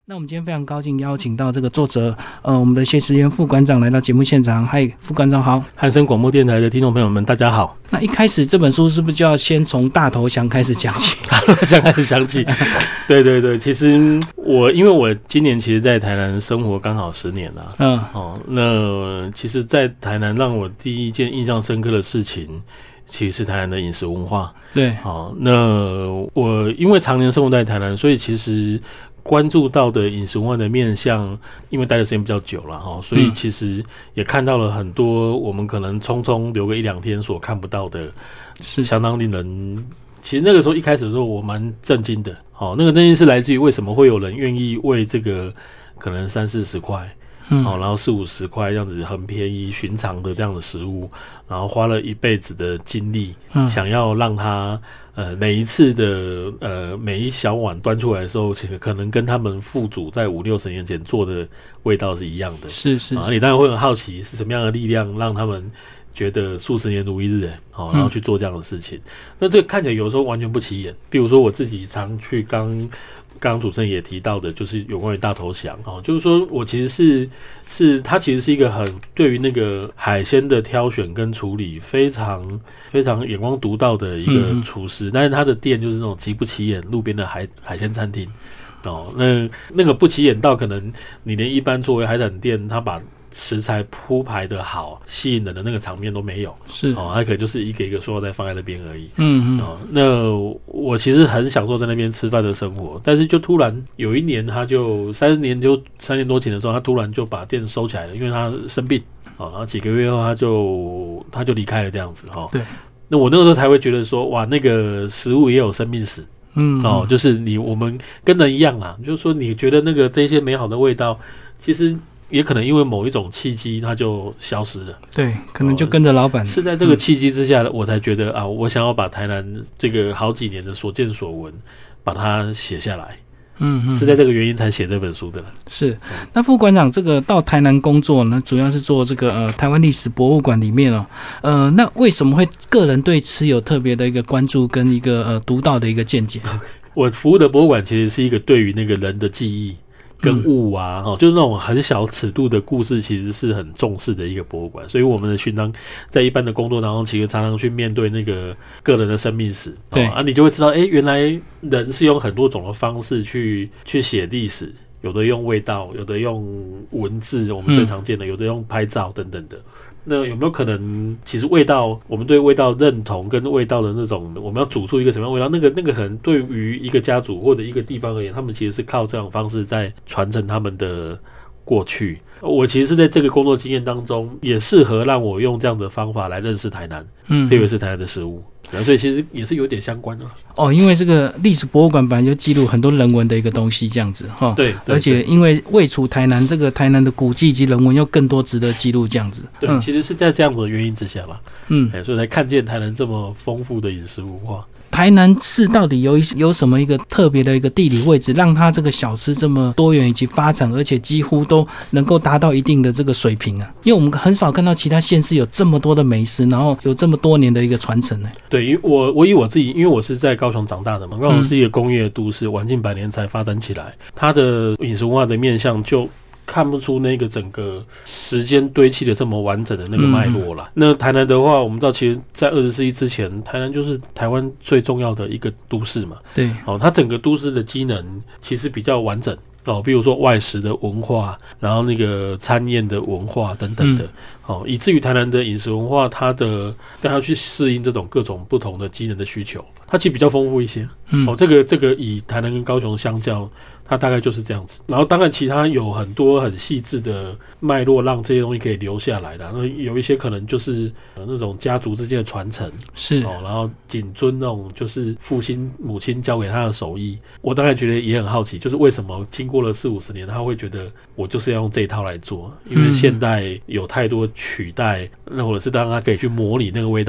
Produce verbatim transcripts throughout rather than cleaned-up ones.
那我们今天非常高兴邀请到这个作者，呃，我们的谢时渊副馆长来到节目现场。嗨，副馆长好。 汉声广播电台的听众朋友们，大家好。 那一开始这本书是不是就要先从大头祥开始讲起？ 大头祥开始讲起。对对对，其实我因为我今年其实在台南生活刚好十年了，嗯，哦，那其实，在台南让我第一件印象深刻的事情，其实是台南的饮食文化。 对， 好，那我因为常年生活在台南，所以其实关注到的饮食文化的面向，因为待的时间比较久了哈，所以其实也看到了很多我们可能匆匆留个一两天所看不到的，是相当令人。其实那个时候一开始的时候，我蛮震惊的。好，那个震惊是来自于为什么会有人愿意为这个可能三四十块。嗯，好，然后四五十块这样子很便宜、寻常的这样的食物，然后花了一辈子的精力，嗯，想要让它呃每一次的呃每一小碗端出来的时候，可能跟他们父祖在五六十年前做的味道是一样的。 是是， 啊，你当然会很好奇是什么样的力量让他们觉得数十年如一日，好，然后去做这样的事情。嗯，那这个看起来有时候完全不起眼。比如说我自己常去刚。刚刚主持人也提到的，就是有关于大头祥哦，就是说我其实是是它其实是一个很对于那个海鲜的挑选跟处理非常非常眼光独到的一个厨师，嗯，但是他的店就是那种极不起眼路边的海海鲜餐厅哦，那那个不起眼到可能你连一般作为海产店，他把食材铺排的好吸引人的那个场面都没有，是哦，它可能就是一个一个塑料袋放在那边而已。嗯嗯，哦，那我其实很享受在那边吃饭的生活，但是就突然有一年，他就三十年就三年多前的时候，他突然就把店收起来了，因为他生病哦，然后几个月后他就他就离开了这样子哈。哦，对，那我那个时候才会觉得说，哇，那个食物也有生命史。嗯，哦，就是你我们跟人一样啦，就是说你觉得那个这些美好的味道，其实。也可能因为某一种契机，它就消失了。对， 可能就跟着老板。 是在这个契机之下，嗯，我才觉得啊，我想要把台南这个好几年的所见所闻，把它写下来。嗯，嗯，是在这个原因才写这本书的了。 是，那副馆长这个到台南工作呢，主要是做这个呃台湾历史博物馆里面哦，呃，那为什么会个人对吃有特别的一个关注跟一个呃独到的一个见解？ 我服务的博物馆其实是一个对于那个人的记忆。跟物啊，嗯，就是那种很小尺度的故事，其实是很重视的一个博物馆。所以我们的巡堂在一般的工作当中，其实常常去面对那个个人的生命史，对，哦，啊，你就会知道，哎，原来人是用很多种的方式去去写历史，有的用味道，有的用文字，我们最常见的，嗯，有的用拍照等等的。那有没有可能，其实味道，我们对味道认同跟味道的那种，我们要煮出一个什么样的味道？那个那个可能对于一个家族或者一个地方而言，他们其实是靠这种方式在传承他们的过去。我其实是在这个工作经验当中，也适合让我用这样的方法来认识台南，嗯，特别是台南的食物。所以其实也是有点相关的，啊， 哦，因为这个历史博物馆本来就记录很多人文的一个东西，这样子哈。对，而且因为位处台南，这个台南的古迹以及人文又更多值得记录，这样子。 对，嗯，其实是在这样的原因之下吧，嗯，所以才看见台南这么丰富的饮食文化。 台南市到底有有什么一个特别的一个地理位置，让它这个小吃这么多元以及发展，而且几乎都能够达到一定的这个水平啊？因为我们很少看到其他县市有这么多的美食，然后有这么多年的一个传承呢。 对，因为我我以我自己，因为我是在高雄长大的嘛，高雄是一个工业都市，晚近百年才发展起来，它的饮食文化的面向就看不出那个整个时间堆砌的这么完整的那个脉络啦。嗯，那台南的话，我们知道，其实，在二十世纪之前，台南就是台湾最重要的一个都市嘛。对，哦，它整个都市的机能其实比较完整哦，比如说外食的文化，然后那个餐宴的文化等等的，嗯，哦，以至于台南的饮食文化，它的让它去适应这种各种不同的机能的需求，它其实比较丰富一些。嗯，哦，这个这个以台南跟高雄相较。它大概就是这样子，然后当然其他有很多很细致的脉络，让这些东西可以留下来的。那有一些可能就是呃那种家族之间的传承，是哦，然后谨遵那种就是父亲母亲教给他的手艺。我当然觉得也很好奇，就是为什么经过了四五十年，他会觉得我就是要用这一套来做，因为现代有太多取代，那或者是当他可以去模拟那个味道的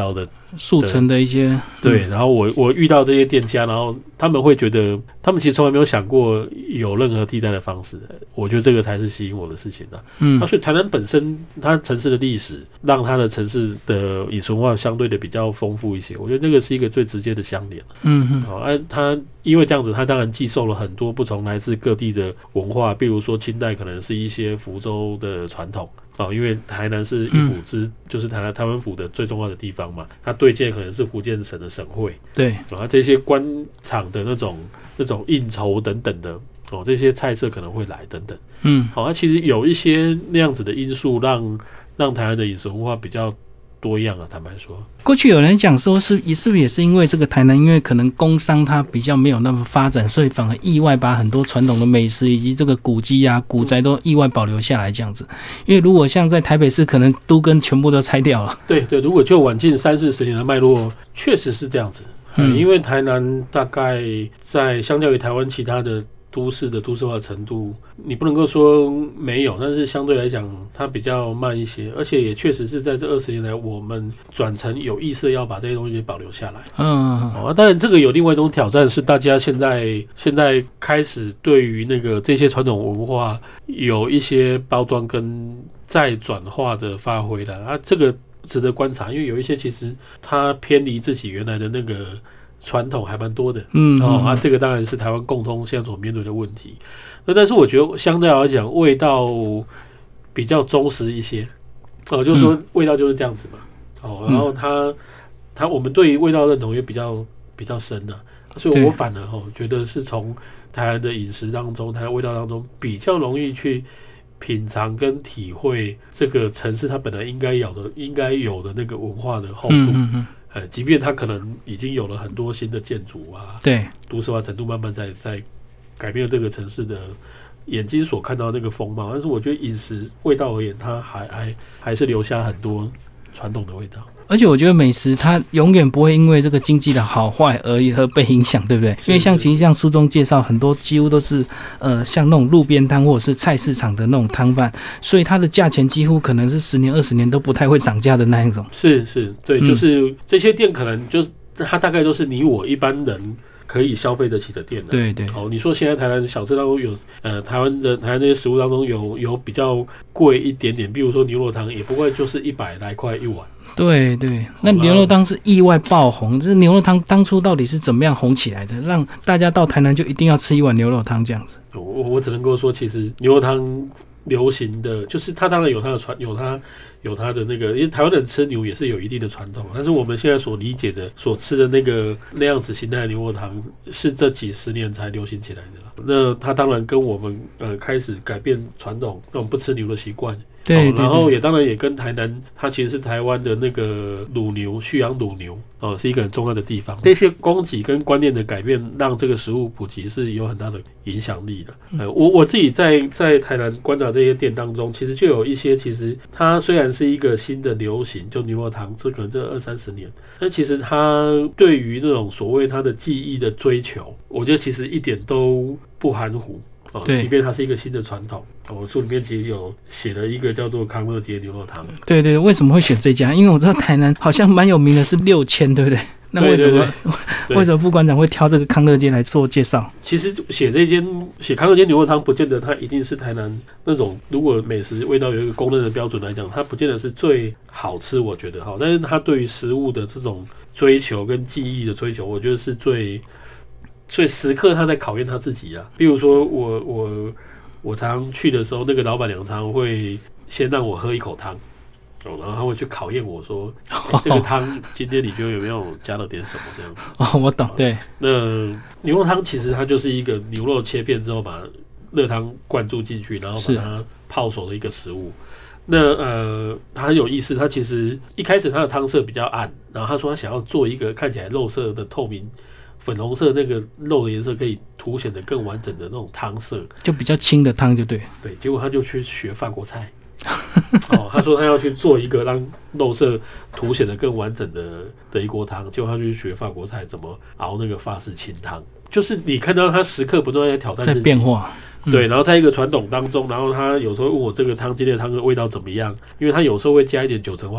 速成的一些对，然后我我遇到这些店家，然后他们会觉得，他们其实从来没有想过有任何替代的方式。我觉得这个才是吸引我的事情的。嗯，所以台南本身它城市的历史，让它的城市的饮食文化相对的比较丰富一些。我觉得这个是一个最直接的相连。嗯嗯，好，哎、啊，它因为这样子，它当然寄受了很多不同来自各地的文化，比如说清代可能是一些福州的传统。哦，因为台南是一府之，嗯、就是台南台湾府的最重要的地方嘛，它对接可能是福建省的省会， 对， 然后这些官场的那种那种应酬等等的，哦，这些菜色可能会来等等，嗯，好，它其实有一些那样子的因素让，让让台湾的饮食文化比较多样啊。坦白说， 过去有人讲说是也是不是也是因为这个台南，因为可能工商它比较没有那么发展，所以反而意外把很多传统的美食以及这个古迹啊、古宅都意外保留下来这样子。因为如果像在台北市，可能都跟全部都拆掉了。 对对，如果就晚近三四十年的脉络，确实是这样子。嗯，因为台南大概在相较于台湾其他的都市的都市化程度，你不能够说没有，但是相对来讲它比较慢一些，而且也确实是在这二十年来，我们转成有意识的要把这些东西给保留下来。嗯，哦，当然这个有另外一种挑战是，大家现在现在开始对于那个这些传统文化有一些包装跟再转化的发挥了啊，这个值得观察，因为有一些其实它偏离自己原来的那个传统还蛮多的，嗯，哦，啊，这个当然是台湾共通现在所面对的问题。那但是我觉得相对来讲，味道比较忠实一些，哦，就是说味道就是这样子嘛，哦，然后它它我们对于味道认同也比较比较深的，所以我反而哦觉得是从台湾的饮食当中，台湾味道当中比较容易去品尝跟体会这个城市它本来应该有的应该有的那个文化的厚度。嗯嗯嗯，呃，即便它可能已经有了很多新的建筑啊，对，都市化程度慢慢在在改变了这个城市的眼睛所看到的那个风貌，但是我觉得饮食味道而言，它还还还是留下很多传统的味道。 而且我觉得美食它永远不会因为这个经济的好坏而而被影响，对不对？因为像其实像书中介绍很多几乎都是呃像那种路边摊或者是菜市场的那种摊贩，所以它的价钱几乎可能是十年二十年都不太会涨价的那一种。 是是，对，就是这些店可能就是它大概都是你我一般人可以消费得起的店的。 对对。 哦，你说现在台湾小吃当中有呃台湾的台湾这些食物当中有有比较贵一点点，比如说牛肉汤，也不会就是一百来块一碗。 对对，那牛肉汤是意外爆红。这牛肉汤当初到底是怎么样红起来的，让大家到台南就一定要吃一碗牛肉汤这样子？ 我我只能够说，其实牛肉汤流行的就是它当然有它的传，有它有它的那个，因为台湾人吃牛也是有一定的传统，但是我们现在所理解的、所吃的那个那样子形态的牛肉汤，是这几十年才流行起来的啦。那它当然跟我们呃开始改变传统，那我们不吃牛的习惯。对, 对, 对，然后也当然也跟台南，它其实是台湾的那个乳牛、畜养乳牛哦，是一个很重要的地方。这些供给跟观念的改变，让这个食物普及是有很大的影响力的。呃，我我自己在在台南观察这些店当中，其实就有一些，其实它虽然是一个新的流行，就牛肉汤，这可能这二三十年，但其实它对于这种所谓它的技艺的追求，我觉得其实一点都不含糊。哦，即便它是一个新的传统，我书里面其实有写了一个叫做康乐街牛肉汤。 对对，为什么会选这家？因为我知道台南好像蛮有名的是六千，对不对？那为什么对对对为什么副馆长会挑这个康乐街来做介绍？ 其实写这间写康乐街牛肉汤，不见得它一定是台南那种，如果美食味道有一个公认的标准来讲，它不见得是最好吃，我觉得哈。但是它对于食物的这种追求跟技艺的追求，我觉得是最。所以时刻他在考验他自己啊，比如说我我我常常去的时候，那个老板娘常常会先让我喝一口汤，哦，然后他会去考验我说，欸、这个汤今天你觉得有没有加了点什么这样子？ 哦，我懂，对。 那牛肉汤其实它就是一个牛肉切片之后把热汤灌注进去，然后把它泡熟的一个食物。那呃，它很有意思，它其实一开始它的汤色比较暗，然后他说他想要做一个看起来肉色的透明。粉红色那个肉的颜色可以凸显得更完整的那种汤色， 就比较清的汤就对。 对，结果他就去学法国菜。哦，他说他要去做一个让肉色凸显得更完整的的一锅汤，结果他就去学法国菜怎么熬那个法式清汤。就是你看到他时刻不断在挑战自己， 在变化。 嗯、对，然后在一个传统当中，然后他有时候问我这个汤今天的汤的味道怎么样，因为他有时候会加一点九层花的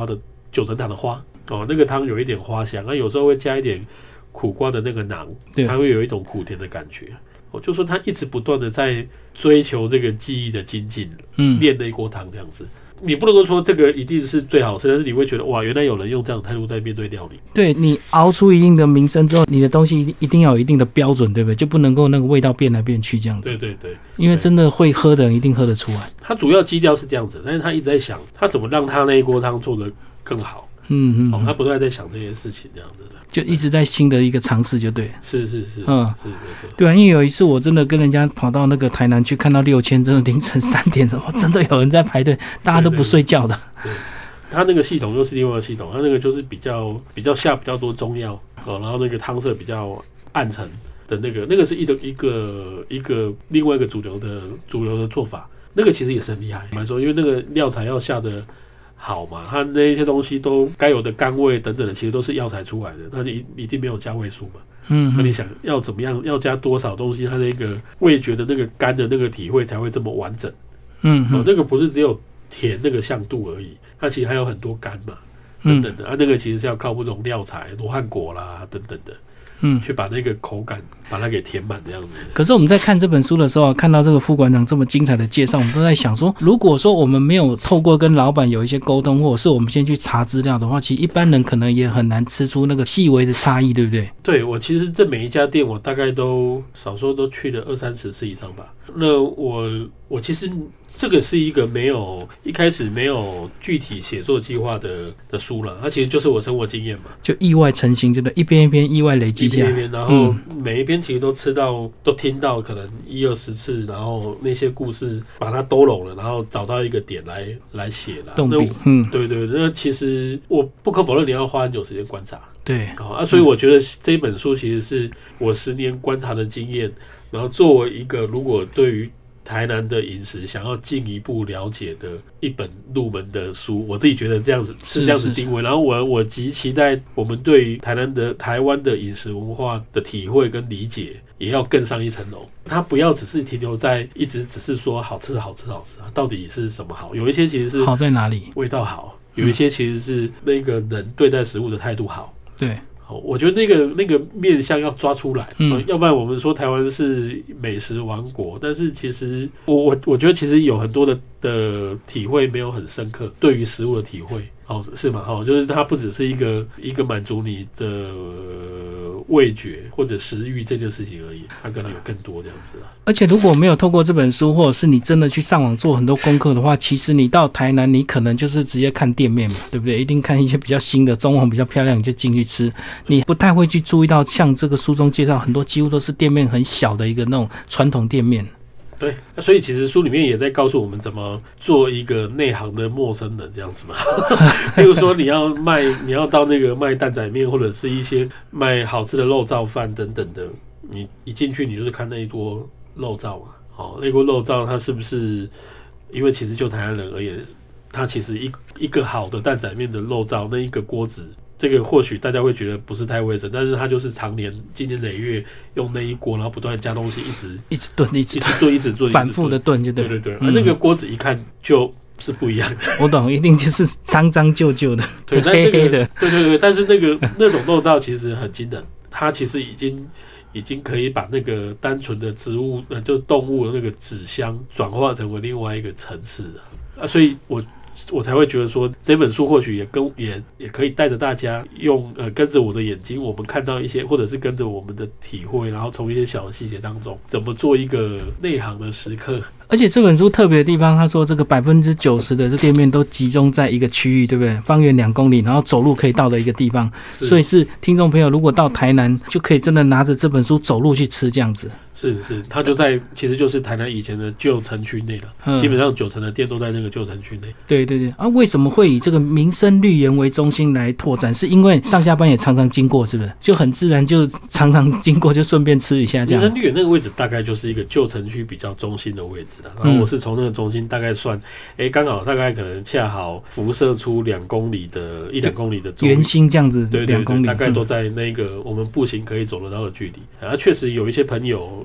九层塔的花哦，那个汤有一点花香，那有时候会加一点苦瓜的那个囊，它会有一种苦甜的感觉。我就说他一直不断的在追求这个技艺的精进，嗯，练那一锅汤这样子。你不能说这个一定是最好吃，但是你会觉得哇，原来有人用这样的态度在面对料理。 对，你熬出一定的名声之后，你的东西一定要有一定的标准，对不对？就不能够那个味道变来变去这样子。 对对对， 因为真的会喝的人一定喝得出来。 他主要基调是这样子，但是他一直在想他怎么让他那一锅汤做得更好。嗯嗯、哦，他不断在想这件事情，这样子的， 就一直在新的一个尝试，就对。 是是是， 嗯， 是没错。 对啊，因为有一次我真的跟人家跑到那个台南去，看到六千，真的凌晨三点什么，真的有人在排队，大家都不睡觉的。 对，他那个系统又是另外一个系统，他那个就是比较比较下比较多中药哦，然后那个汤色比较暗沉的那个，那个是一个一个一个另外一个主流的主流的做法，那个其实也是很厉害。来说，因为那个料材要下的好嘛，它那些东西都该有的甘味等等的，其实都是药材出来的，那你一定没有加味素嘛。嗯，那你想要怎么样，要加多少东西，它那个味觉的那个甘的那个体会才会这么完整。嗯，哦，那个不是只有甜那个向度而已，它其实还有很多甘嘛，等等的。嗯、啊，那个其实是要靠不同料材，罗汉果啦等等的。嗯，去把那个口感把它给填满这样子。 可是我们在看这本书的时候，看到这个副馆长这么精彩的介绍，我们都在想说，如果说我们没有透过跟老板有一些沟通，或者是我们先去查资料的话，其实一般人可能也很难吃出那个细微的差异，对不对？ 对，我其实这每一家店我大概都少说都去了二三十次以上吧。那我我其实这个是一个没有一开始没有具体写作计划的的书了，它其实就是我生活经验嘛， 就意外成型，真的，一篇一篇意外累积下来， 一篇一篇，然后每一篇其实都吃到，都听到可能一二十次，然后那些故事把它兜拢了，然后找到一个点来来写了。 动笔，嗯， 对对，那其实我不可否认，你要花很久时间观察， 对， 啊，所以我觉得这本书其实是我十年观察的经验。然后作为一个如果对于台南的饮食想要进一步了解的一本入门的书，我自己觉得这样子是这样子定位。然后我我极期待我们对于台南的台湾的饮食文化的体会跟理解也要更上一层楼。它不要只是停留在一直只是说好吃好吃好吃，到底是什么好？有一些其实是好在哪里， 味道好；有一些其实是那个人对待食物的态度好。 对。 我觉得那个那个面向要抓出来，嗯，要不然我们说台湾是美食王国，但是其实我我我觉得其实有很多的的体会没有很深刻，对于食物的体会，好是吗？好，就是它不只是一个一个满足你的味觉或者食欲这件事情而已，它可能有更多这样子啊。 而且如果没有透过这本书，或者是你真的去上网做很多功课的话，其实你到台南，你可能就是直接看店面嘛，对不对？一定看一些比较新的、装潢比较漂亮，你就进去吃。你不太会去注意到，像这个书中介绍，很多几乎都是店面很小的一个那种传统店面。 对，所以其实书里面也在告诉我们怎么做一个内行的陌生人这样子嘛。比如说你要卖，你要到那个卖蛋仔面，或者是一些卖好吃的肉燥饭等等的，你一进去你就是看那一锅肉燥嘛。哦，那锅肉燥它是不是？因为其实就台湾人而言，它其实一一个好的蛋仔面的肉燥，那一个锅子。这个或许大家会觉得不是太卫生，但是它就是常年经年累月用那一锅，然后不断加东西，一直一直炖，一直炖，一直炖， 反复的炖，就对。 对对对，嗯、那个锅子一看就是不一样的。 我懂，一定就是脏脏旧旧的， 对， 黑黑的。 对对对，但是那个那种肉燥其实很惊人，它其实已经已经可以把那个单纯的植物，呃，就是动物的那个纸香转化成为另外一个层次了啊，所以我。我才会觉得说这本书或许也跟也也可以带着大家用呃跟着我的眼睛，我们看到一些，或者是跟着我们的体会，然后从一些小的细节当中，怎么做一个内行的时刻。 而且这本书特别的地方，他说这个百分之九十的这店面都集中在一个区域，对不对？方圆两公里，然后走路可以到的一个地方。所以是听众朋友如果到台南，就可以真的拿着这本书走路去吃这样子。 是是，它就在，其实就是台南以前的旧城区内了，嗯、基本上九成的店都在那个旧城区内。 对对对，啊，为什么会以这个民生绿园为中心来拓展？是因为上下班也常常经过，是不是？就很自然就常常经过，就顺便吃一下这样。 民生绿园那个位置大概就是一个旧城区比较中心的位置了，然后我是从那个中心大概算，哎、嗯，刚好大概可能恰好辐射出两公里的一两公里的圆心这样子， 对对对， 两公里大概都在那个我们步行可以走得到的距离。啊，确实有一些朋友。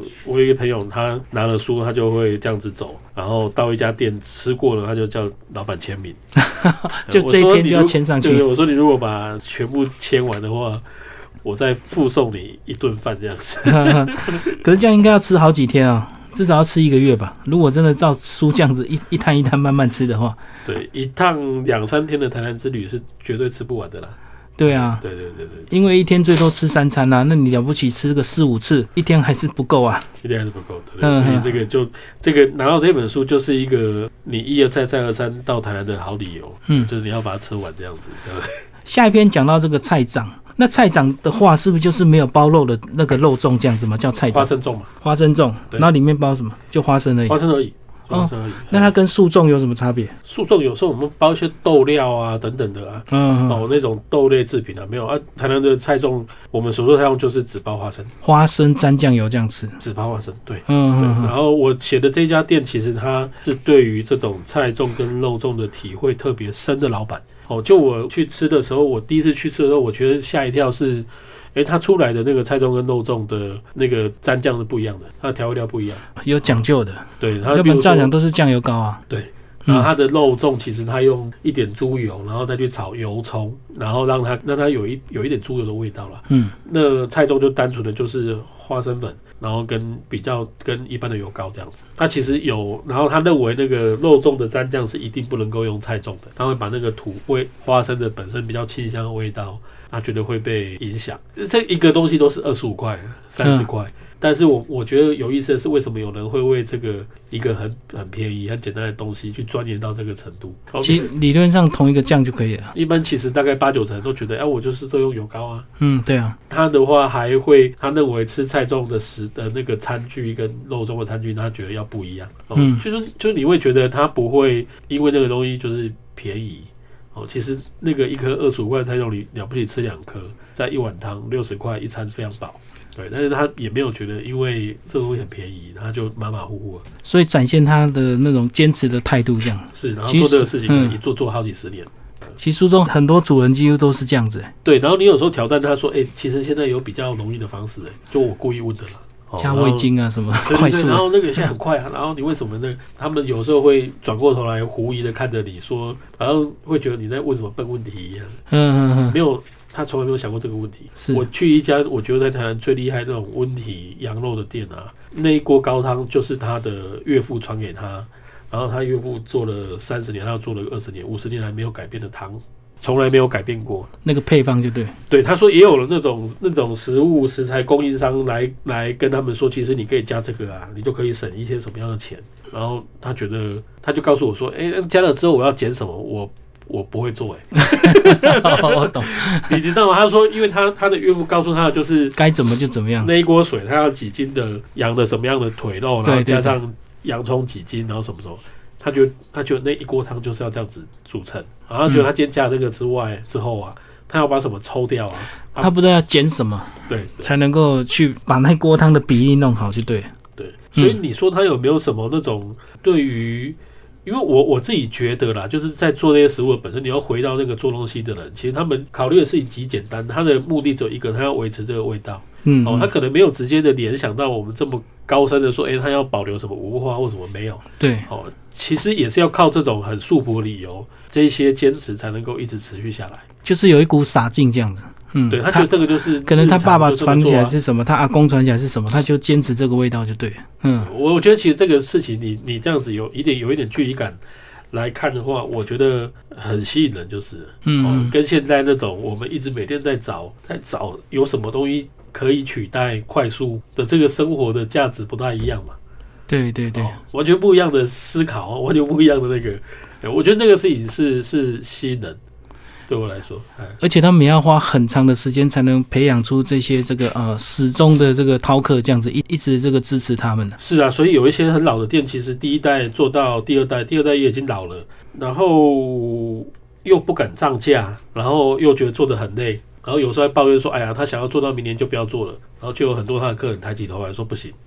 我有一个朋友，他拿了书，他就会这样子走，然后到一家店吃过了，他就叫老板签名， 就这一篇就要签上去。 对，我说你如果把全部签完的话，我再附送你一顿饭这样子。 可是这样应该要吃好几天啊。至少要吃一个月吧。如果真的照书这样子一一摊一摊慢慢吃的话， 对，一趟两三天的台南之旅是绝对吃不完的啦。 对啊， 对对对对， 因为一天最多吃三餐啊，那你了不起吃个四五次，一天还是不够啊， 一天还是不够的。嗯、所以这个就这个拿到这本书就是一个你一而再再而三到台南的好理由，嗯，就是你要把它吃完这样子。对， 下一篇讲到这个菜长。那菜长的话，是不是就是没有包肉的那个肉粽这样子嘛？叫菜长。 花生粽嘛。花生粽，然后里面包什么？就花生而已。 花生而已。花生而已。 哦、那它跟素粽有什么差别？ 素粽有时候我们包一些豆料啊等等的啊，嗯哦那种豆类制品啊没有啊。台南的菜粽，我们所说的菜粽就是只包花生， 花生沾酱油这样吃， 只包花生。对，嗯对。然后我写的这家店，其实它是对于这种菜粽跟肉粽的体会特别深的老板。哦，就我去吃的时候，我第一次去吃的时候，我觉得吓一跳是，哎、欸，它出来的那个菜粽跟肉粽的那个蘸酱是不一样的，它的调味料不一样， 有讲究的。 对，它要不然照讲都是酱油膏啊。 对，然后它的肉粽其实它用一点猪油，然后再去炒油葱，然后让它让它有一有一点猪油的味道啦。嗯，那菜粽就单纯的就是花生粉。然后跟比较跟一般的油膏这样子，他其实有，然后他认为那个肉粽的蘸酱是一定不能够用菜粽的，他会把那个土味花生的本身比较清香的味道，他觉得会被影响。这一个东西都是二十五块、三十块。嗯，但是我我觉得有意思的是，为什么有人会为这个一个很很便宜、很简单的东西去钻研到这个程度？ 其实理论上同一个酱就可以了。 一般其实大概八九成都觉得，哎、啊，我就是都用油膏啊。 嗯，对啊。 他的话还会，他认为吃菜粽的食的那个餐具跟肉粽的餐具，他觉得要不一样。哦、嗯，就是就是你会觉得他不会因为那个东西就是便宜。哦，其实那个一颗二十五块菜粽里了不起吃两颗，在一碗汤六十块一餐非常饱。对，但是他也没有觉得因为这个东西很便宜，他就马马虎虎了。 所以展现他的那种坚持的态度，这样是，然后做这个事情可以做、嗯、做好几十年。 其实书中很多主人几乎都是这样子。 对，然后你有时候挑战他说：“哎、欸，其实现在有比较容易的方式，哎，就我故意问的啦。” 加味精啊什么快速， 然后那个现在很快啊，然后你为什么呢？他们有时候会转过头来狐疑的看着你说，然后会觉得你在问什么笨问题一样。嗯嗯嗯，没有，他从来没有想过这个问题。我去一家我觉得在台南最厉害那种温体羊肉的店啊，那一锅高汤就是他的岳父传给他，然后他岳父做了三十年，他做了二十年、五十年来没有改变的汤。从来没有改变过那个配方，就对。 对，他说也有了那种那种食物食材供应商来来跟他们说，其实你可以加这个啊，你就可以省一些什么样的钱。然后他觉得，他就告诉我说，哎、欸，加了之后我要减什么？我我不会做、欸，哎、 哦，我懂。 你知道吗？他说，因为他他的岳父告诉他的就是该怎么就怎么样。 那一锅水，他要几斤的羊的什么样的腿肉，然后加上洋葱几斤，然后什么时候。他觉得，他觉得那一锅汤就是要这样子组成，然后他觉得他今天加了那个之外、嗯、之后啊，他要把什么抽掉啊？ 他不知道要减什么， 对， 才能够去把那锅汤的比例弄好，就对。 对，所以你说他有没有什么那种对于？因为我我自己觉得啦，就是在做那些食物的本身，你要回到那个做东西的人，其实他们考虑的事情极简单，他的目的只有一个，他要维持这个味道。嗯，哦，他可能没有直接的联想到我们这么高深的说，哎、欸，他要保留什么文化或什么没有。 对， 哦，其实也是要靠这种很素朴的理由，这些坚持才能够一直持续下来。 就是有一股洒劲这样子。嗯， 对，他觉得这个就是可能他爸爸传起来是什么，他阿公传起来是什么，他就坚持这个味道就对了。嗯， 我我觉得其实这个事情你，你你这样子有一点有一点距离感来看的话，我觉得很吸引人，就是嗯、哦，跟现在那种我们一直每天在找在找有什么东西可以取代快速的这个生活的价值不太一样嘛。 对对对、哦， 完全不一样的思考，完全不一样的那个，我觉得那个事情是是吸引人。对我来说， 而且他们也要花很长的时间才能培养出这些这个呃始终的这个饕客，这样子一一直这个支持他们。 是啊，所以有一些很老的店，其实第一代做到第二代，第二代也已经老了，然后又不敢涨价，然后又觉得做得很累，然后有时候还抱怨说：“哎呀，他想要做到明年就不要做了。”然后就有很多他的客人抬起头来说：“不行。”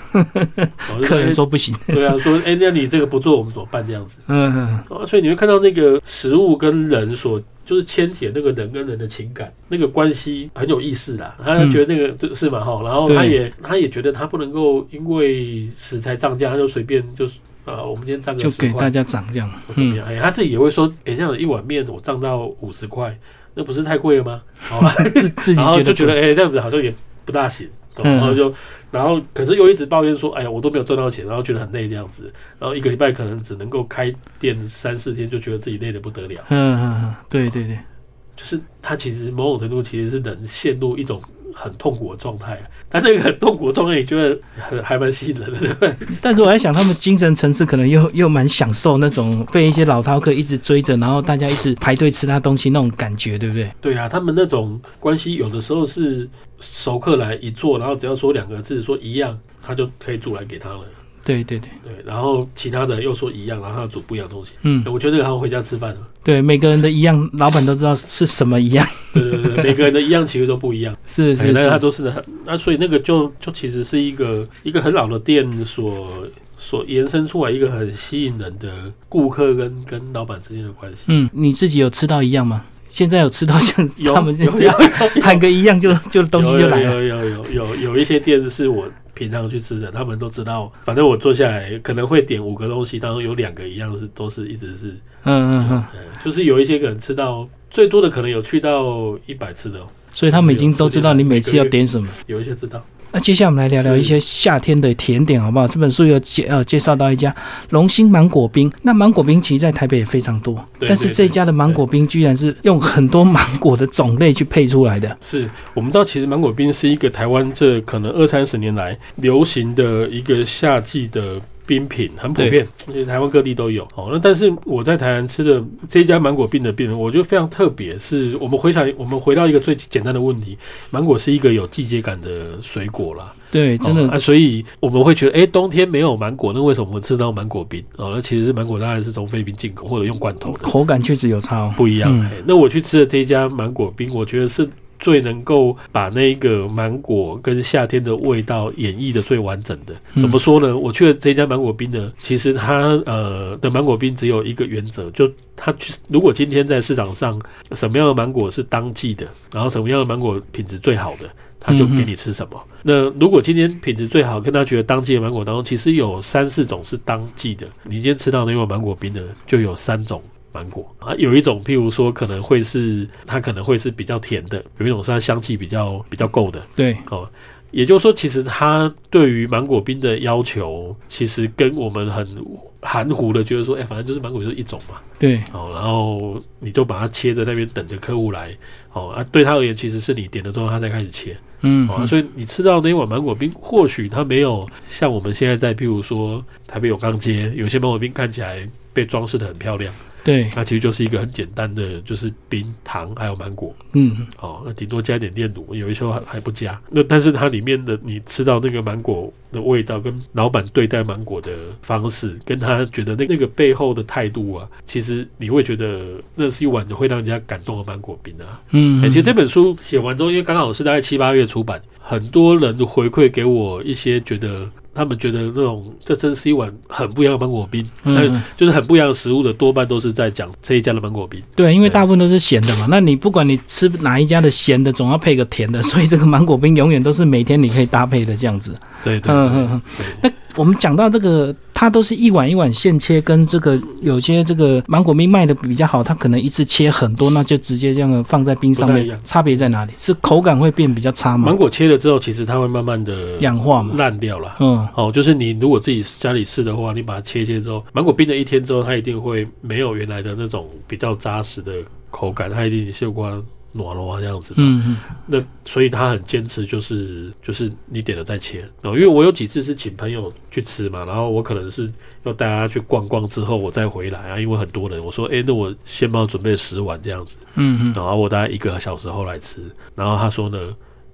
客人说不行， 对啊，说哎，那你这个不做，我们怎么办？这样子， 嗯嗯、 哦，所以你会看到那个食物跟人所就是牵起那个人跟人的情感，那个关系很有意思啦。他觉得那个、嗯、是嘛哈，然后他也他也觉得他不能够因为食材涨价，他就随便就是。啊，我们今天涨个就给大家涨这样， 怎么样？哎、嗯欸，他自己也会说，哎、欸，这样一碗面我涨到五十块，那不是太贵了吗？好吧， 自己然后就觉得，哎、欸，这样子好像也不大行，然后就，然后可是又一直抱怨说，哎呀，我都没有赚到钱，然后觉得很累这样子，然后一个礼拜可能只能够开店三四天，就觉得自己累得不得了。 嗯嗯嗯，对对对， 就是他其实某种程度其实是人陷入一种很痛苦的状态、啊，但那个很痛苦的状态，你觉得很还蛮吸引人的，对不对？ 但是我在想，他们精神层次可能又又蛮享受那种被一些老饕客一直追着，然后大家一直排队吃他东西那种感觉，对不对？ 对啊，他们那种关系有的时候是熟客来一坐，然后只要说两个字说一样，他就可以煮来给他了。 对对对对，然后其他的又说一样，然后他煮不一样的东西。 嗯， 我觉得他会回家吃饭了。 对，每个人的一样，老板都知道是什么一样。 对对对，每个人的一样其实都不一样。 是是是， 但是他都是很那，所以那个就就其实是一个一个很老的店所所延伸出来一个很吸引人的顾客跟跟老板之间的关系。 嗯，你自己有吃到一样吗？现在有吃到像他们这样有喊个一样就就东西就来了。 有有有有有有一些店是我平常去吃的，他们都知道，反正我坐下来可能会点五个东西，当中有两个一样是都是一直是嗯嗯嗯， 就是有一些可能吃到最多的可能有去到一百次的、哦， 所以他们已经都知道你每次要点什么。 有一些知道。 那接下来我们来聊聊一些夏天的甜点好不好？这本书有介呃介绍到一家龙兴芒果冰，那芒果冰其实在台北也非常多， 对对对， 但是这家的芒果冰居然是用很多芒果的种类去配出来的。 是我们知道，其实芒果冰是一个台湾这可能二三十年来流行的一个夏季的冰品，很普遍，因为台湾各地都有。哦，那但是我在台南吃的这一家芒果冰的冰，我觉得非常特别。是我们回想，我们回到一个最简单的问题：芒果是一个有季节感的水果啦。 对，真的、 哦、啊，所以我们会觉得，哎、欸，冬天没有芒果，那为什么我们吃到芒果冰？哦，那其实是芒果当然是从菲律宾进口或者用罐头的， 口感确实有差、哦， 不一样、 嗯欸。那我去吃的这一家芒果冰，我觉得是最能够把那个芒果跟夏天的味道演绎的最完整的。怎么说呢？我去了这家芒果冰呢，其实它呃的芒果冰只有一个原则，就它如果今天在市场上什么样的芒果是当季的，然后什么样的芒果品质最好的，他就给你吃什么、嗯、那如果今天品质最好跟他觉得当季的芒果当中，其实有三四种是当季的，你今天吃到那种芒果冰的就有三种芒果啊，有一种譬如说可能会是它可能会是比较甜的，有一种是它香气比较比较够的。 对哦，也就是说其实它对于芒果冰的要求其实跟我们很含糊的觉得说哎、欸，反正就是芒果就是一种嘛。 对， 哦，然后你就把它切在那边等着客户来。哦啊，对他而言其实是你点了之后他才开始切。嗯，哦，所以你吃到那一碗芒果冰，或许它没有像我们现在在譬如说台北永康街有些芒果冰看起来被装饰得很漂亮。 对， 它其实就是一个很简单的，就是冰、糖还有芒果。嗯，哦，那顶多加一点炼乳，有一时候还还不加。那但是它里面的你吃到那个芒果的味道，跟老板对待芒果的方式，跟他觉得那那个背后的态度啊，其实你会觉得那是一碗会让人家感动的芒果冰啊。嗯，欸，其实这本书写完之后，因为刚好是大概七八月出版，很多人回馈给我一些觉得。他们觉得那种这真是一碗很不一样的芒果冰，嗯，就是很不一样的食物的，多半都是在讲这一家的芒果冰。对， 因为大部分都是咸的嘛。那你不管你吃哪一家的咸的，总要配个甜的，所以这个芒果冰永远都是每天你可以搭配的这样子。 对对对。嗯嗯嗯。 那我们讲到这个，它都是一碗一碗现切，跟这个有些这个芒果冰卖的比较好，它可能一次切很多，那就直接这样放在冰上面，差别在哪里？是口感会变比较差吗？ 芒果切了之后，其实它会慢慢的氧化嘛， 烂掉了。嗯，哦，就是你如果自己家里试的话，你把它切切之后，芒果冰了一天之后，它一定会没有原来的那种比较扎实的口感，它一定秀光暖了这样子。嗯嗯，那所以他很坚持，就是就是你点了再切。哦，因为我有几次是请朋友去吃嘛，然后我可能是要带他去逛逛之后我再回来啊，因为很多人，我说哎、欸，那我先帮我准备十碗这样子。嗯嗯，然后我大概一个小时后来吃，然后他说呢，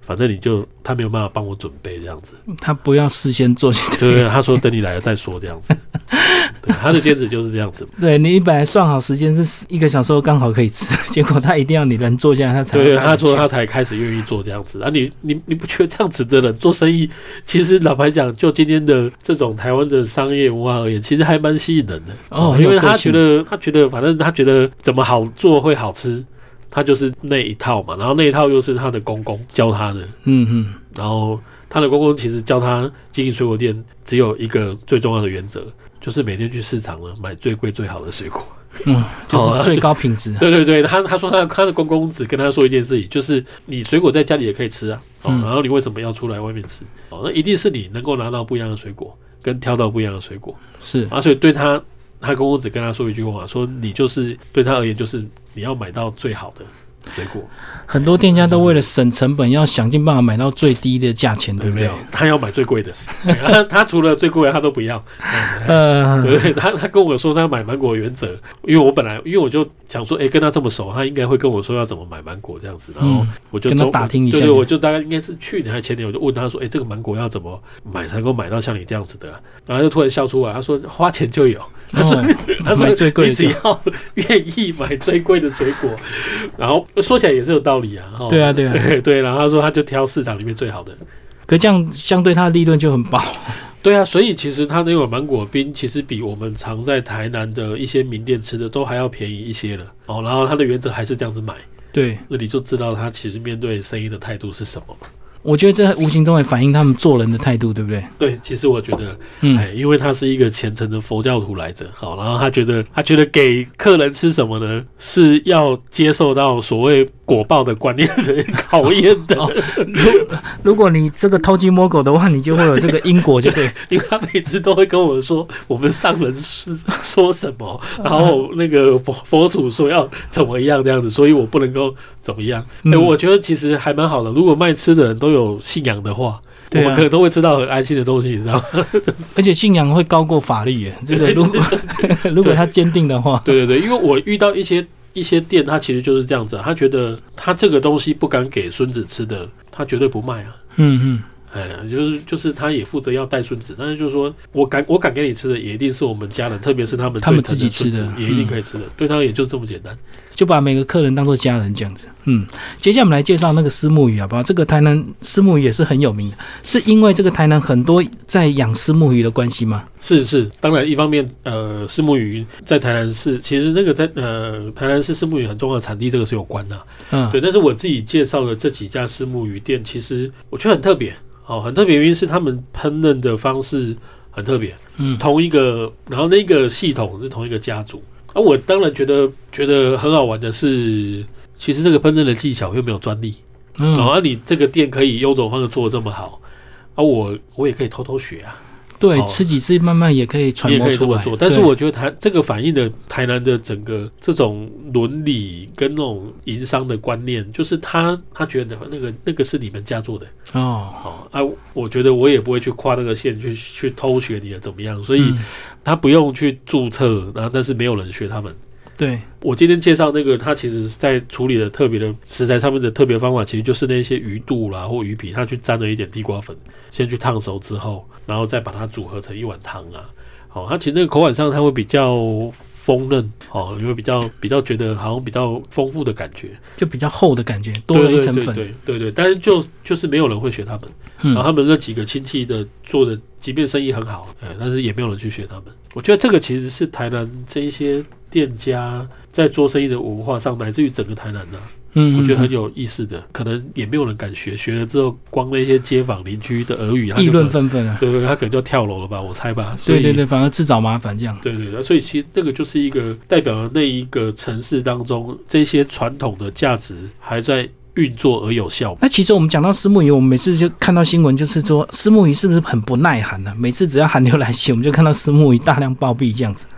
反正你就他没有办法帮我准备这样子， 他不要事先做， 对对，他说等你来了再说这样子。对，他的坚持就是这样子。 对，你本来算好时间是一个小时后刚好可以吃，结果他一定要你人坐下来，他才对，他说他才开始愿意做这样子啊你！你你不觉得这样子的人做生意，其实老白讲，就今天的这种台湾的商业文化而言，其实还蛮吸引人的哦，因为他觉得他觉得反正他觉得怎么好做会好吃，他就是那一套嘛，然后那一套又是他的公公教他的，嗯嗯，然后他的公公其实教他经营水果店，只有一个最重要的原则，就是每天去市场呢买最贵最好的水果。 嗯，就是最高品质、啊。 对对对，他他说他他的公公只跟他说一件事情，就是你水果在家里也可以吃啊，哦嗯、然后你为什么要出来外面吃？哦，那一定是你能够拿到不一样的水果，跟挑到不一样的水果。 是啊，所以对他，他公公只跟他说一句话，说你就是对他而言，就是你要买到最好的水果。 很多店家都为了省成本，要想尽办法买到最低的价钱，对不对？ 他要买最贵的，他他除了最贵的他都不要。呃，对不对？他他跟我说他要买芒果的原则，因为我本来因为我就想说，哎，跟他这么熟，他应该会跟我说要怎么买芒果这样子，然后我就、 嗯、跟他打听一下。 对对，我就大概应该是去年还是前年，我就问他说，哎，这个芒果要怎么买才能够买到像你这样子的、啊？然后他就突然笑出来，他说花钱就有。他说、哦、他说最贵，你只要愿意买最贵的水果，然后说起来也是有道理啊。 对啊对啊对对，然后他说他就挑市场里面最好的， 可这样相对他的利润就很薄。 对啊，所以其实他那个芒果冰其实比我们常在台南的一些名店吃的都还要便宜一些了哦。然后他的原则还是这样子买，对，那你就知道他其实面对生意的态度是什么嘛。 我觉得这无形中也反映他们做人的态度，对不对？ 对，其实我觉得，嗯，哎，因为他是一个虔诚的佛教徒来着，好，然后他觉得，他觉得给客人吃什么呢？是要接受到所谓果报的观念的考验的。哦、 如, 如果你这个偷鸡摸狗的话，你就会有这个因果，就对。 因为他每次都会跟我说，我们上人是说什么，然后那个佛佛祖说要怎么样这样子，所以我不能够怎么样。嗯、我觉得其实还蛮好的，如果卖吃的人都有信仰的话，我们可能都会吃到很安心的东西，你知道吗？ 而且信仰会高过法律耶。这个如果如果他坚定的话， 对对对，因为我遇到一些一些店，他其实就是这样子、啊，他觉得他这个东西不敢给孙子吃的，他绝对不卖啊。嗯嗯。哎，就是就是，他也负责要带孙子，但是就是说我敢我敢给你吃的，也一定是我们家人，特别是他们他们自己吃的， 也一定可以吃的。嗯、对他也就这么简单， 就把每个客人当作家人这样子。嗯，接下来我们来介绍那个虱目鱼好不好？这个台南虱目鱼也是很有名，是因为这个台南很多在养虱目鱼的关系吗？ 是是，当然一方面，呃，虱目鱼在台南市，其实那个在呃台南市虱目鱼很重要的产地，这个是有关的、啊。嗯，对。但是我自己介绍的这几家虱目鱼店，其实我觉得很特别。哦，很特别，原因是他们烹饪的方式很特别，嗯，同一个，然后那个系统是同一个家族。啊，我当然觉得觉得很好玩的是，其实这个烹饪的技巧又没有专利，嗯，哦，啊，你这个店可以用这种方式做得这么好，啊，我我也可以偷偷学啊。 对，哦、吃几次慢慢也可以传播出来。也可以这么做， 但是我觉得台这个反映的台南的整个这种伦理跟那种营商的观念，就是他他觉得那个那个是你们家做的哦，哦啊，我觉得我也不会去跨那个线去去偷学你的怎么样，所以他不用去注册，然后但是没有人学他们。 对， 我今天介绍那个，他其实在处理的特别的食材上面的特别方法，其实就是那些鱼肚啦或鱼皮，他去沾了一点地瓜粉，先去烫熟之后，然后再把它组合成一碗汤啊。好，它其实那个口感上它会比较丰嫩，哦，你会比较比较觉得好像比较丰富的感觉， 就比较厚的感觉，多了一层粉。 对对对对 对, 对，但是就就是没有人会学他们，嗯、然后他们那几个亲戚的做的，即便生意很好，哎，但是也没有人去学他们。我觉得这个其实是台南这一些店家在做生意的文化上，乃至于整个台南呢、啊。嗯，我觉得很有意思的，可能也没有人敢学，学了之后，光那些街坊邻居的耳语， 议论纷纷啊， 对对，他可能就跳楼了吧，我猜吧。 对对对，反而自找麻烦这样。 对对对，所以其实那个就是一个代表了那一个城市当中这些传统的价值还在运作而有效。 那其实我们讲到虱目鱼，我们每次就看到新闻，就是说虱目鱼是不是很不耐寒呢、啊？每次只要寒流来袭，我们就看到虱目鱼大量暴毙这样子。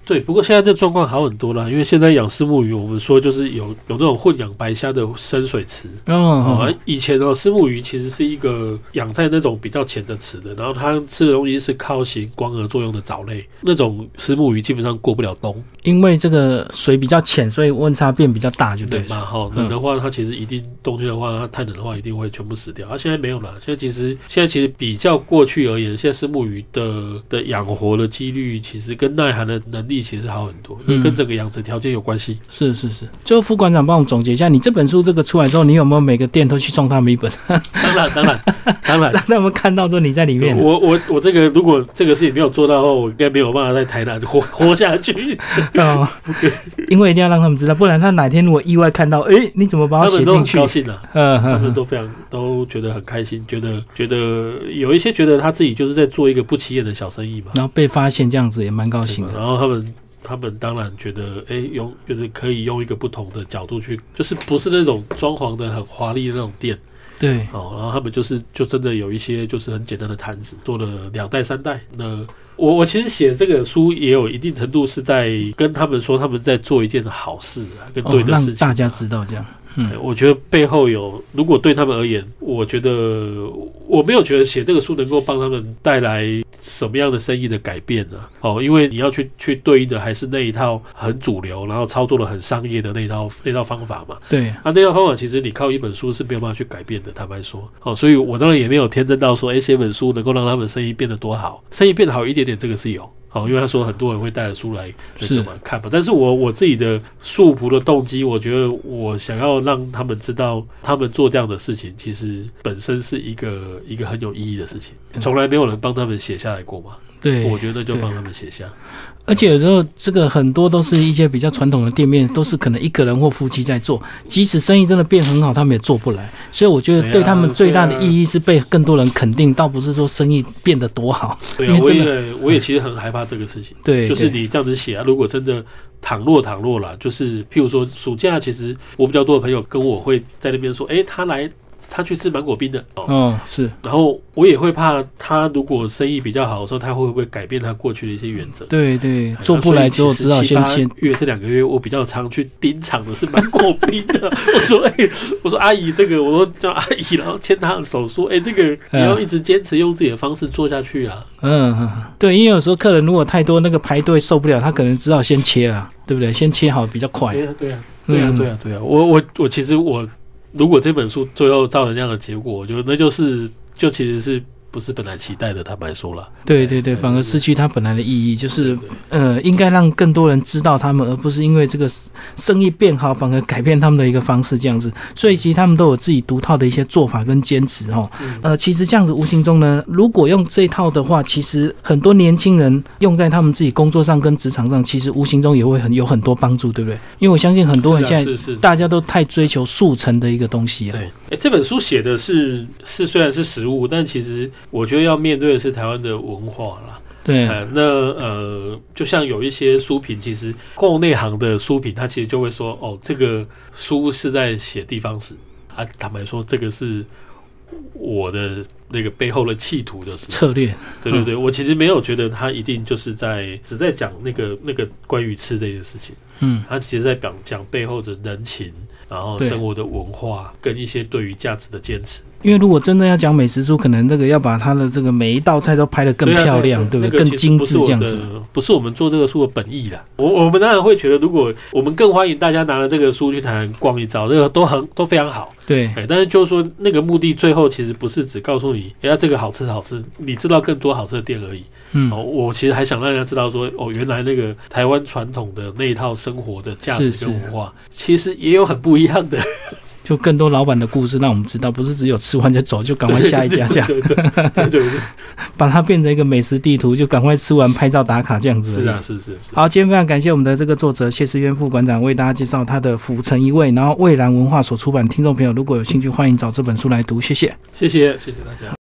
对，不过现在这状况好很多了，因为现在养虱目鱼，我们说就是有有这种混养白虾的深水池。 哦， 哦，以前哦，虱目鱼其实是一个养在那种比较浅的池的，然后它吃的东西是靠行光合作用的藻类，那种虱目鱼基本上过不了冬， 因为这个水比较浅，所以温差变比较大，就对了。 对嘛？哈，冷的话，它其实一定冬天的话，它太冷的话，一定会全部死掉。啊，现在没有了，现在其实现在其实比较过去而言，现在虱目鱼的的养活的几率，其实跟耐寒的能力其实好很多，因为跟整个养殖条件有关系。 是是是，就副馆长帮我们总结一下，你这本书这个出来之后，你有没有每个店都去送他们一本？ 当然当然当然， 让他们看到说你在里面。 我我我这个如果这个事情没有做到的话，我应该没有办法在台南活活下去。 哦，因为一定要让他们知道，不然他哪天如果意外看到，哎，你怎么把我写进去？ 他们都很高兴啊， 嗯， 他们都非常都觉得很开心，觉得觉得有一些觉得他自己就是在做一个不起眼的小生意嘛， 然后被发现这样子也蛮高兴的。 然后他们。他们当然觉得，哎，用就是可以用一个不同的角度去，就是不是那种装潢的很华丽的那种店， 对， 哦，然后他们就是就真的有一些就是很简单的摊子，做了两代三代。那我我其实写这个书也有一定程度是在跟他们说他们在做一件好事啊，跟对的事情、啊哦， 让大家知道这样。嗯， 我觉得背后有，如果对他们而言，我觉得我没有觉得写这个书能够帮他们带来什么样的生意的改变呢、啊？哦，因为你要去去对应的还是那一套很主流，然后操作的很商业的那一套那套方法嘛。 对， 啊，那套方法其实你靠一本书是没有办法去改变的，坦白说。哦，所以我当然也没有天真到说，哎，写本书能够让他们生意变得多好，生意变得好一点点，这个是有。哦，因为他说很多人会带着书来那个嘛看嘛，但是我我自己的束缚的动机，我觉得我想要让他们知道，他们做这样的事情，其实本身是一个一个很有意义的事情，从来没有人帮他们写下来过嘛。对，我觉得就帮他们写下。 而且有时候这个很多都是一些比较传统的店面，都是可能一个人或夫妻在做，即使生意真的变很好，他们也做不来。所以我觉得对他们最大的意义是被更多人肯定，倒不是说生意变得多好。 对啊，我也我也其实很害怕这个事情。对，就是你这样子写啊，如果真的倘若倘若啦，就是譬如说暑假，其实我比较多的朋友跟我会在那边说，哎，他来。他去吃芒果冰的哦， 哦是， 然后我也会怕他如果生意比较好的时候，他会不会改变他过去的一些原则？ 对对，做不来之后只好先先月这两个月，我比较常去盯场的是芒果冰的。我说哎、欸，我说阿姨这个，我说叫阿姨，然后牵她的手说，哎、欸，这个你要一直坚持用自己的方式做下去啊。 嗯，对，因为有时候客人如果太多，那个排队受不了，他可能只好先切了，对不对？先切好比较快。 对啊，对啊，对啊，对啊，对啊。我我我其实我。如果这本书最后造成这样的结果，我觉得那就是就其实是不是本来期待的，坦白说了。 对对对，反而失去它本来的意义，就是呃，应该让更多人知道他们，而不是因为这个生意变好，反而改变他们的一个方式这样子。所以其实他们都有自己独套的一些做法跟坚持哦。呃，其实这样子无形中呢，如果用这一套的话，其实很多年轻人用在他们自己工作上跟职场上，其实无形中也会很有很多帮助，对不对？因为我相信很多人现在大家都太追求速成的一个东西啊。 对，哎，这本书写的是是虽然是实务，但其实我觉得要面对的是台湾的文化啦。 对、 呃，那呃，就像有一些书评，其实够内行的书评，他其实就会说，哦，这个书是在写地方史啊。坦白说，这个是我的那个背后的企图的策略。 对对对，嗯、我其实没有觉得他一定就是在只在讲那个那个关于吃这件事情。嗯，他其实在讲讲背后的人情。然后生活的文化跟一些对于价值的坚持。 因为如果真的要讲美食书，可能这个要把它的这个每一道菜都拍得更漂亮， 对, 啊 对, 对, 对, 对不对？那个、更精致这样子， 不是我们做这个书的本意啦。我我们当然会觉得，如果我们更欢迎大家拿了这个书去台南逛一遭，这个都很都非常好。 对， 但是就是说，那个目的最后其实不是只告诉你，哎呀这个好吃好吃，你知道更多好吃的店而已。嗯、哦，我其实还想让大家知道说，哦，原来那个台湾传统的那一套生活的价值跟文化，其实也有很不一样的。 就更多老板的故事让我们知道，不是只有吃完就走，就赶快下一家这样。 对对对对对对， 把它变成一个美食地图，就赶快吃完拍照打卡这样子。 是啊，是是是。 好，今天非常感谢我们的这个作者谢思渊副馆长为大家介绍他的《府城一味》，然后蔚蓝文化所出版。听众朋友如果有兴趣，欢迎找这本书来读。谢谢， 谢谢，谢谢大家。